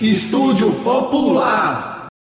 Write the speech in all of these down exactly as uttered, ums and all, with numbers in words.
Estúdio Popular.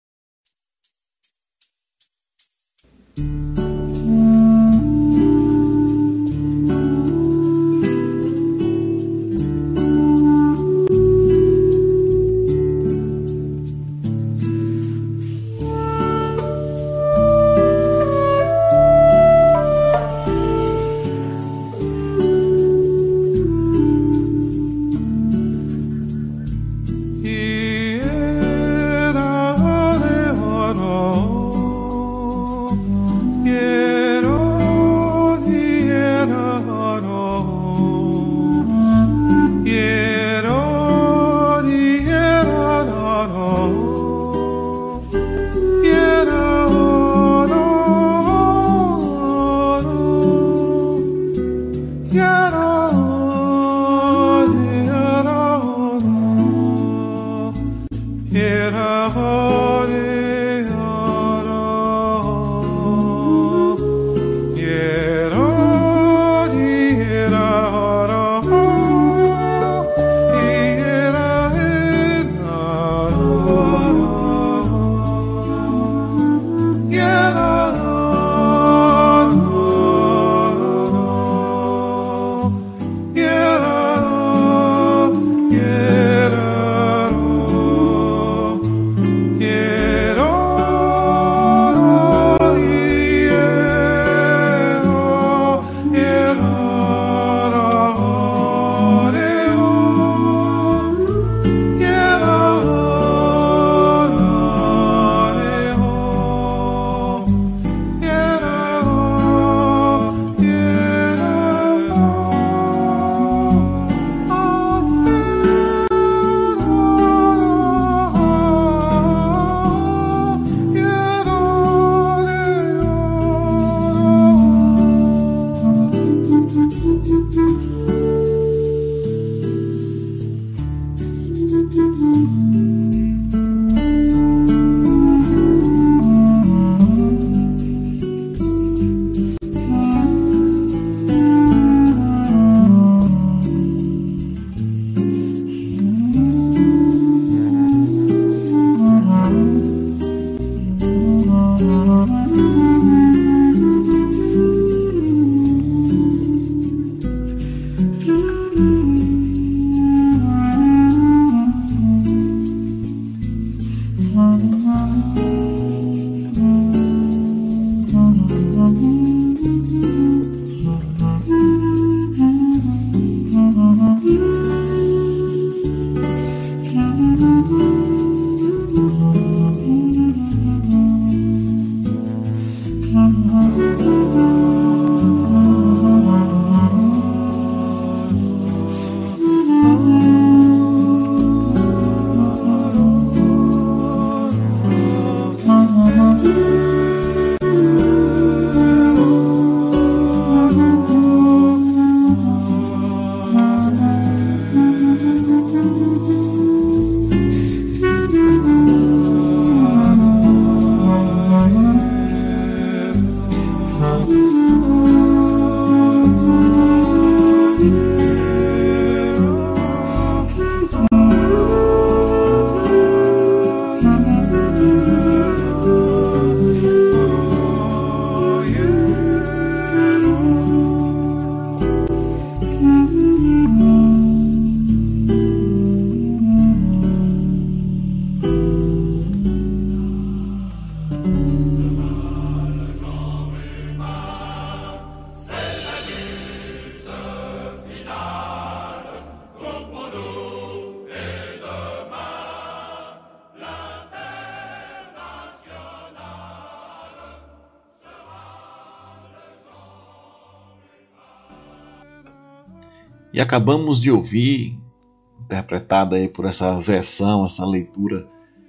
E acabamos de ouvir, interpretada aí por essa versão, essa leitura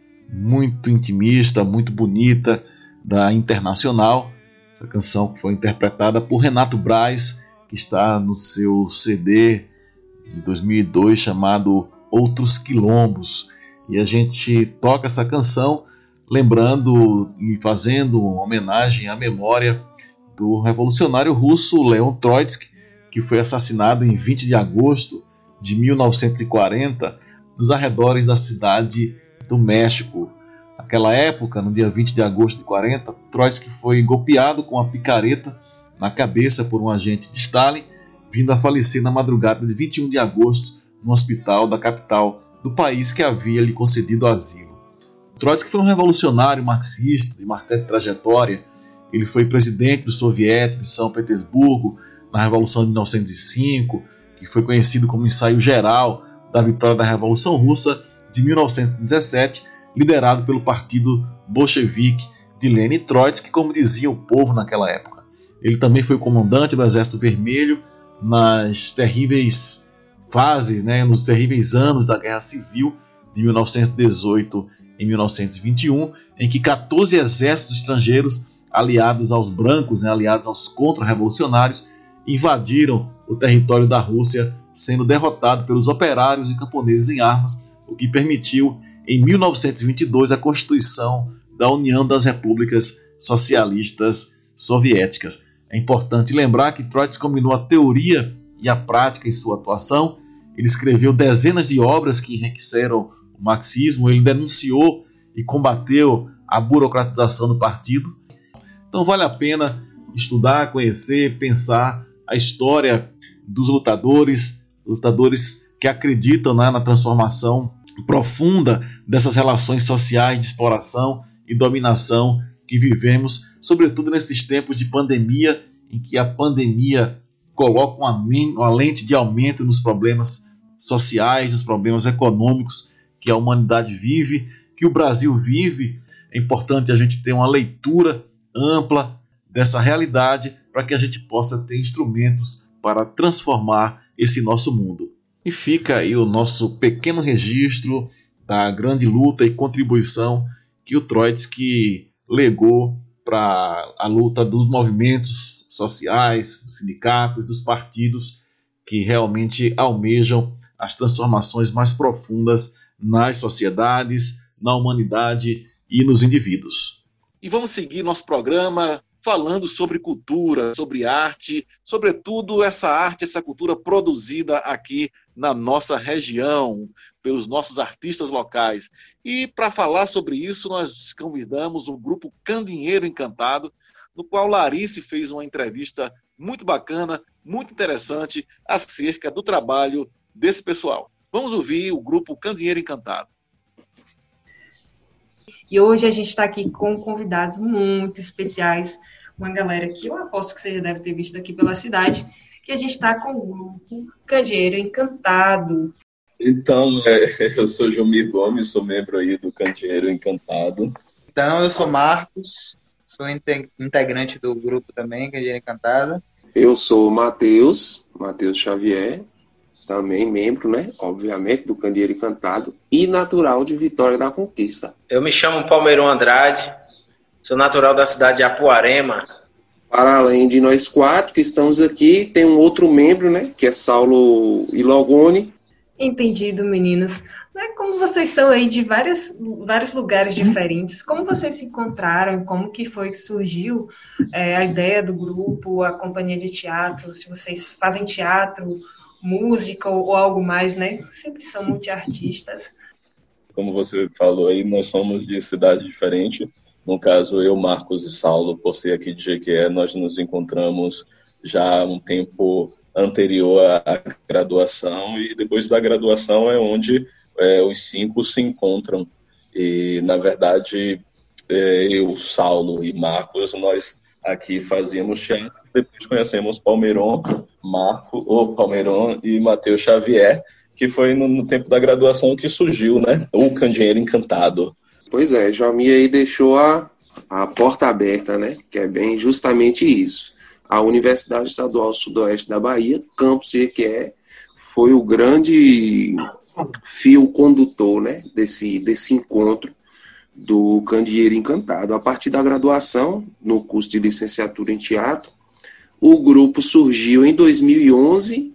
muito intimista, muito bonita da Internacional, essa canção que foi interpretada por Renato Braz, que está no seu C D de dois mil e dois chamado Outros Quilombos. E a gente toca essa canção lembrando e fazendo uma homenagem à memória do revolucionário russo Leon Trotsky, que foi assassinado em vinte de agosto de mil novecentos e quarenta nos arredores da cidade do México. Naquela época, no dia vinte de agosto de quarenta, Trotsky foi golpeado com uma picareta na cabeça por um agente de Stalin, vindo a falecer na madrugada de vinte e um de agosto no hospital da capital do país que havia lhe concedido asilo. Trotsky foi um revolucionário marxista de marcante trajetória. Ele foi presidente do Soviético de São Petersburgo na Revolução de mil novecentos e cinco, que foi conhecido como ensaio geral da vitória da Revolução Russa de mil novecentos e dezessete, liderado pelo partido bolchevique de Lenin Trotsky, como dizia o povo naquela época. Ele também foi comandante do Exército Vermelho nas terríveis fases, né, nos terríveis anos da Guerra Civil de mil novecentos e dezoito e mil novecentos e vinte e um, em que quatorze exércitos estrangeiros aliados aos brancos, né, aliados aos contra-revolucionários, invadiram o território da Rússia, sendo derrotado pelos operários e camponeses em armas, o que permitiu, em mil novecentos e vinte e dois, a constituição da União das Repúblicas Socialistas Soviéticas. É importante lembrar que Trotsky combinou a teoria e a prática em sua atuação. Ele escreveu dezenas de obras que enriqueceram o marxismo. Ele denunciou e combateu a burocratização do partido. Então vale a pena estudar, conhecer, pensar a história dos lutadores, lutadores que acreditam, né, na transformação profunda dessas relações sociais de exploração e dominação que vivemos, sobretudo nesses tempos de pandemia, em que a pandemia coloca uma, uma lente de aumento nos problemas sociais, nos problemas econômicos que a humanidade vive, que o Brasil vive. É importante a gente ter uma leitura ampla dessa realidade para que a gente possa ter instrumentos para transformar esse nosso mundo. E fica aí o nosso pequeno registro da grande luta e contribuição que o Trotsky legou para a luta dos movimentos sociais, dos sindicatos, dos partidos que realmente almejam as transformações mais profundas nas sociedades, na humanidade e nos indivíduos. E vamos seguir nosso programa falando sobre cultura, sobre arte, sobretudo essa arte, essa cultura produzida aqui na nossa região, pelos nossos artistas locais. E para falar sobre isso, nós convidamos o grupo Candinheiro Encantado, no qual Larice fez uma entrevista muito bacana, muito interessante, acerca do trabalho desse pessoal. Vamos ouvir o grupo Candinheiro Encantado. E hoje a gente está aqui com convidados muito especiais, uma galera que eu aposto que você já deve ter visto aqui pela cidade, que a gente está com o grupo Candinheiro Encantado. Então, é, eu sou Jomir Gomes, sou membro aí do Candinheiro Encantado. Então, eu sou Marcos, sou integrante do grupo também, Candinheiro Encantado. Eu sou Matheus, Matheus Xavier, também membro, né, obviamente, do Candinheiro Encantado e natural de Vitória da Conquista. Eu me chamo Palmeirão Andrade, sou natural da cidade de Apuarema. Para além de nós quatro que estamos aqui, tem um outro membro, né, que é Saulo Ilogoni. Entendido, meninos. Né, como vocês são aí de várias, vários lugares diferentes, como vocês se encontraram, como que foi que surgiu é, a ideia do grupo, a companhia de teatro, se vocês fazem teatro, música ou, ou algo mais, né? Sempre são multiartistas. Como você falou aí, nós somos de cidades diferentes. No caso, eu, Marcos e Saulo, por ser aqui de Jequié, nós nos encontramos já há um tempo anterior à graduação, e depois da graduação é onde é, os cinco se encontram. E, na verdade, é, eu, Saulo e Marcos, nós aqui fazíamos teatro, depois conhecemos Palmeirão, Marco, ou Palmeirão e Matheus Xavier, que foi no, no tempo da graduação que surgiu, né, o Candinheiro Encantado. Pois é, Jomir aí deixou a, a porta aberta, né, que é bem justamente isso. A Universidade Estadual Sudoeste da Bahia, campus Jequié, foi o grande fio condutor, né, desse, desse encontro do Candinheiro Encantado. A partir da graduação, no curso de licenciatura em teatro, o grupo surgiu em dois mil e onze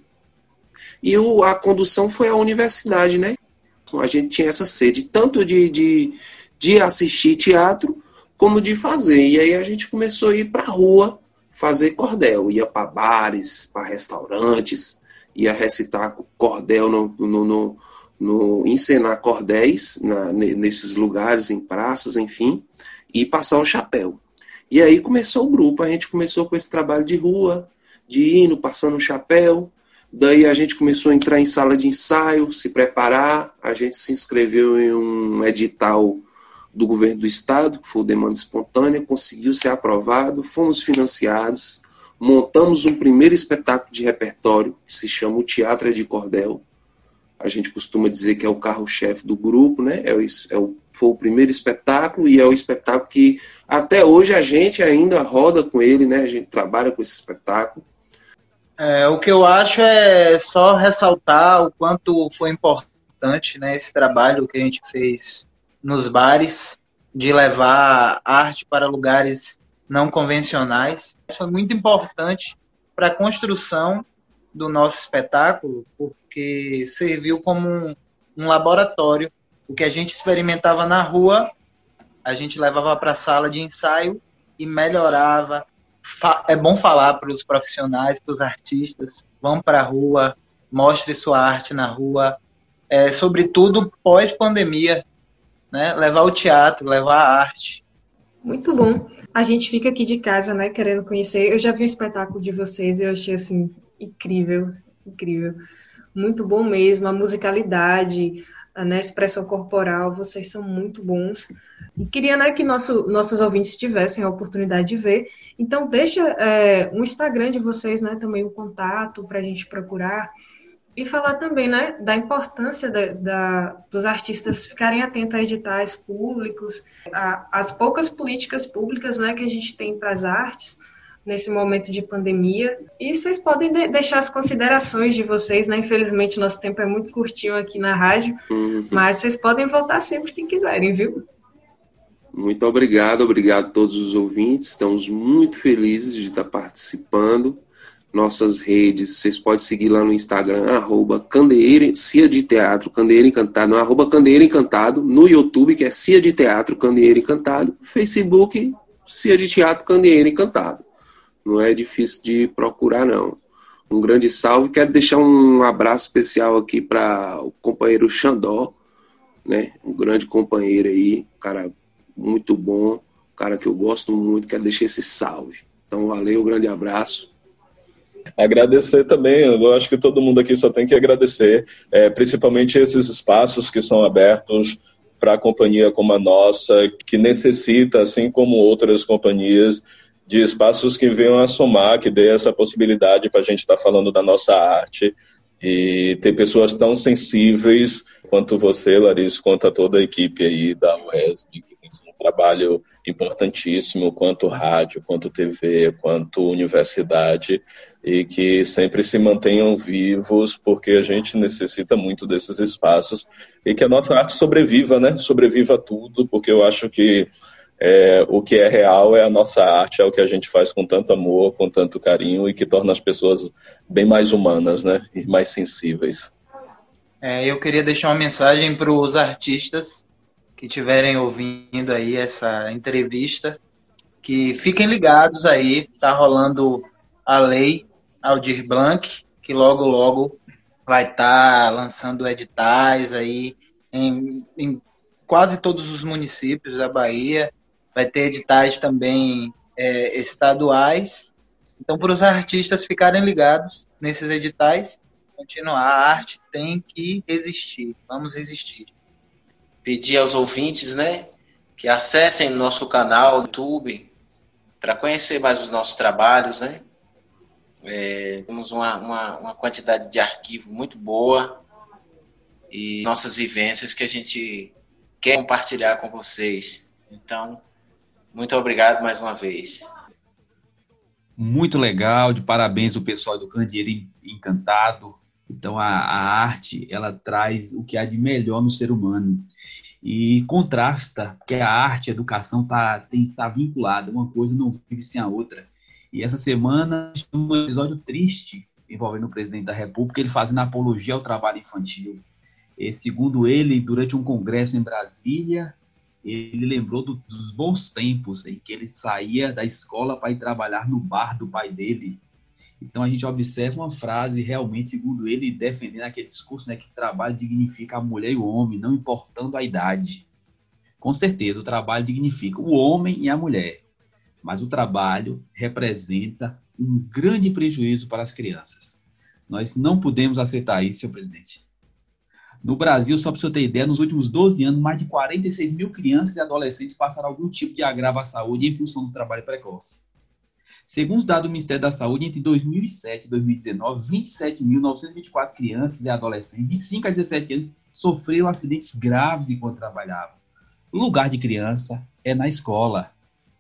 e o, a condução foi a universidade, né? A gente tinha essa sede tanto de, de, de assistir teatro como de fazer. E aí a gente começou a ir para a rua fazer cordel. Ia para bares, para restaurantes, ia recitar cordel no, no, no, no, encenar cordéis na, nesses lugares, em praças, enfim, e passar o chapéu. E aí começou o grupo, a gente começou com esse trabalho de rua, de hino, passando o chapéu. Daí a gente começou a entrar em sala de ensaio, se preparar, a gente se inscreveu em um edital do governo do estado, que foi o Demanda Espontânea, conseguiu ser aprovado, fomos financiados, montamos um primeiro espetáculo de repertório, que se chama o Teatro de Cordel. A gente costuma dizer que é o carro-chefe do grupo, né? É o, é o, foi o primeiro espetáculo e é o espetáculo que até hoje a gente ainda roda com ele, né? A gente trabalha com esse espetáculo. É, o que eu acho é só ressaltar o quanto foi importante, né, esse trabalho que a gente fez nos bares, de levar arte para lugares não convencionais. Isso foi muito importante para a construção do nosso espetáculo, porque serviu como um, um laboratório. O que a gente experimentava na rua, a gente levava para a sala de ensaio e melhorava. É bom falar para os profissionais, para os artistas, vão para a rua, mostre sua arte na rua, é, sobretudo pós-pandemia, né? Levar o teatro, levar a arte. Muito bom. A gente fica aqui de casa, né, querendo conhecer. Eu já vi o espetáculo de vocês e eu achei, assim, incrível, incrível. Muito bom mesmo, a musicalidade, né, a expressão corporal, vocês são muito bons. E queria, né, que nosso, nossos ouvintes tivessem a oportunidade de ver. Então, deixa é, um Instagram de vocês, né, também o contato para a gente procurar. E falar também, né, da importância da, da, dos artistas ficarem atentos a editais públicos, a, as poucas políticas públicas, né, que a gente tem para as artes nesse momento de pandemia. E vocês podem de, deixar as considerações de vocês, né? Infelizmente, nosso tempo é muito curtinho aqui na rádio, uhum. Mas vocês podem voltar sempre que quiserem, viu? Muito obrigado, obrigado a todos os ouvintes. Estamos muito felizes de estar participando. Nossas redes, vocês podem seguir lá no Instagram, arroba Candeeiro, Cia de Teatro, Candeeiro Encantado, não, arroba Candeeiro Encantado, no YouTube, que é Cia de Teatro, Candeeiro Encantado, Facebook, Cia de Teatro, Candeeiro Encantado. Não é difícil de procurar, não. Um grande salve. Quero deixar um abraço especial aqui para o companheiro Xandó, né? Um grande companheiro aí, um cara muito bom, um cara que eu gosto muito. Quero deixar esse salve. Então, valeu, um grande abraço. Agradecer também, eu acho que todo mundo aqui só tem que agradecer, é, principalmente esses espaços que são abertos para a companhia como a nossa, que necessita, assim como outras companhias, de espaços que venham a somar, que dê essa possibilidade para a gente estar tá falando da nossa arte e ter pessoas tão sensíveis quanto você, Larissa, quanto a toda a equipe aí da U E S B, que tem um trabalho importantíssimo, quanto rádio, quanto T V, quanto universidade, e que sempre se mantenham vivos, porque a gente necessita muito desses espaços e que a nossa arte sobreviva, né? Sobreviva a tudo, porque eu acho que é, o que é real é a nossa arte, é o que a gente faz com tanto amor, com tanto carinho e que torna as pessoas bem mais humanas, né? E mais sensíveis. É, eu queria deixar uma mensagem para os artistas que estiverem ouvindo aí essa entrevista, que fiquem ligados aí, tá rolando a lei Aldir Blanc, que logo, logo vai estar tá lançando editais aí em, em quase todos os municípios da Bahia, vai ter editais também é, estaduais. Então, para os artistas ficarem ligados nesses editais, continuar, a arte tem que existir, vamos existir. Pedir aos ouvintes, né, que acessem nosso canal do YouTube para conhecer mais os nossos trabalhos, né? É, temos uma, uma, uma quantidade de arquivo muito boa e nossas vivências que a gente quer compartilhar com vocês. Então, muito obrigado mais uma vez. Muito legal, de parabéns ao pessoal do Candeeiro Encantado. Então, a, a arte, ela traz o que há de melhor no ser humano e contrasta, porque a arte e a educação tá, tem que estar vinculada, uma coisa não vive sem a outra. E essa semana, um episódio triste envolvendo o presidente da República, ele fazendo apologia ao trabalho infantil. E, segundo ele, durante um congresso em Brasília, ele lembrou do, dos bons tempos em que ele saía da escola para ir trabalhar no bar do pai dele. Então a gente observa uma frase realmente, segundo ele, defendendo aquele discurso, né, que trabalho dignifica a mulher e o homem, não importando a idade. Com certeza, o trabalho dignifica o homem e a mulher, mas o trabalho representa um grande prejuízo para as crianças. Nós não podemos aceitar isso, senhor presidente. No Brasil, só para você ter ideia, nos últimos doze anos, mais de quarenta e seis mil crianças e adolescentes passaram algum tipo de agravo à saúde em função do trabalho precoce. Segundo os dados do Ministério da Saúde, entre dois mil e sete e dois mil e dezenove, vinte e sete mil novecentos e vinte e quatro crianças e adolescentes de cinco a dezessete anos sofreram acidentes graves enquanto trabalhavam. O lugar de criança é na escola.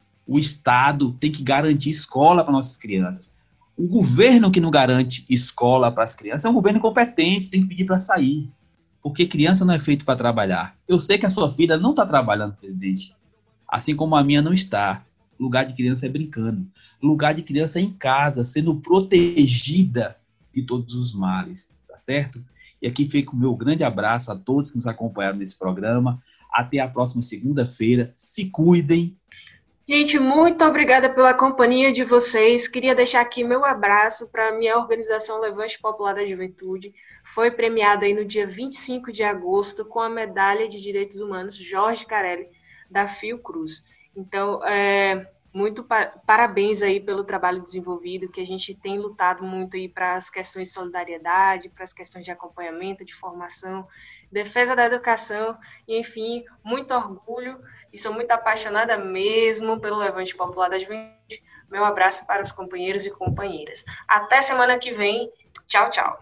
O Estado tem que garantir escola para nossas crianças. O governo que não garante escola para as crianças é um governo incompetente, tem que pedir para sair. Porque criança não é feito para trabalhar. Eu sei que a sua filha não está trabalhando, presidente. Assim como a minha não está. Lugar de criança é brincando. Lugar de criança é em casa, sendo protegida de todos os males. Tá certo? E aqui fica o meu grande abraço a todos que nos acompanharam nesse programa. Até a próxima segunda-feira. Se cuidem. Gente, muito obrigada pela companhia de vocês. Queria deixar aqui meu abraço para a minha organização Levante Popular da Juventude. Foi premiada aí no dia vinte e cinco de agosto com a Medalha de Direitos Humanos Jorge Carelli, da Fiocruz. Então, é, muito pa- parabéns aí pelo trabalho desenvolvido, que a gente tem lutado muito aí para as questões de solidariedade, para as questões de acompanhamento, de formação, defesa da educação, e enfim, muito orgulho. E sou muito apaixonada mesmo pelo Levante Popular da Juventude. Meu abraço para os companheiros e companheiras. Até semana que vem. Tchau, tchau.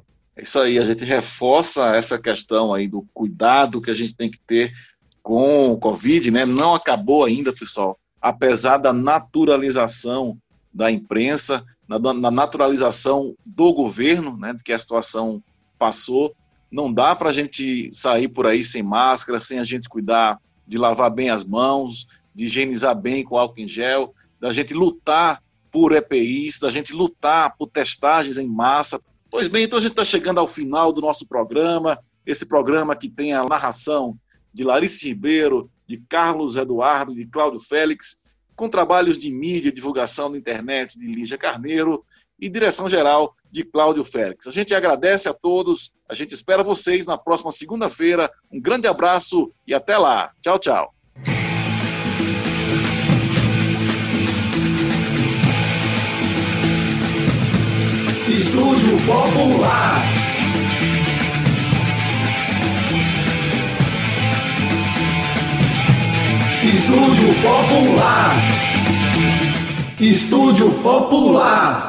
É isso aí, a gente reforça essa questão aí do cuidado que a gente tem que ter com o Covid, né? Não acabou ainda, pessoal. Apesar da naturalização da imprensa, na, na naturalização do governo, né? De que a situação passou, não dá para a gente sair por aí sem máscara, sem a gente cuidar de lavar bem as mãos, de higienizar bem com álcool em gel, da gente lutar por E P Is, da gente lutar por testagens em massa. Pois bem, então a gente está chegando ao final do nosso programa, esse programa que tem a narração de Larissa Ribeiro, de Carlos Eduardo, de Cláudio Félix, com trabalhos de mídia e divulgação na internet de Lígia Carneiro e direção geral de Cláudio Félix. A gente agradece a todos, a gente espera vocês na próxima segunda-feira. Um grande abraço e até lá. Tchau, tchau. Estúdio Popular. Estúdio Popular. Estúdio Popular.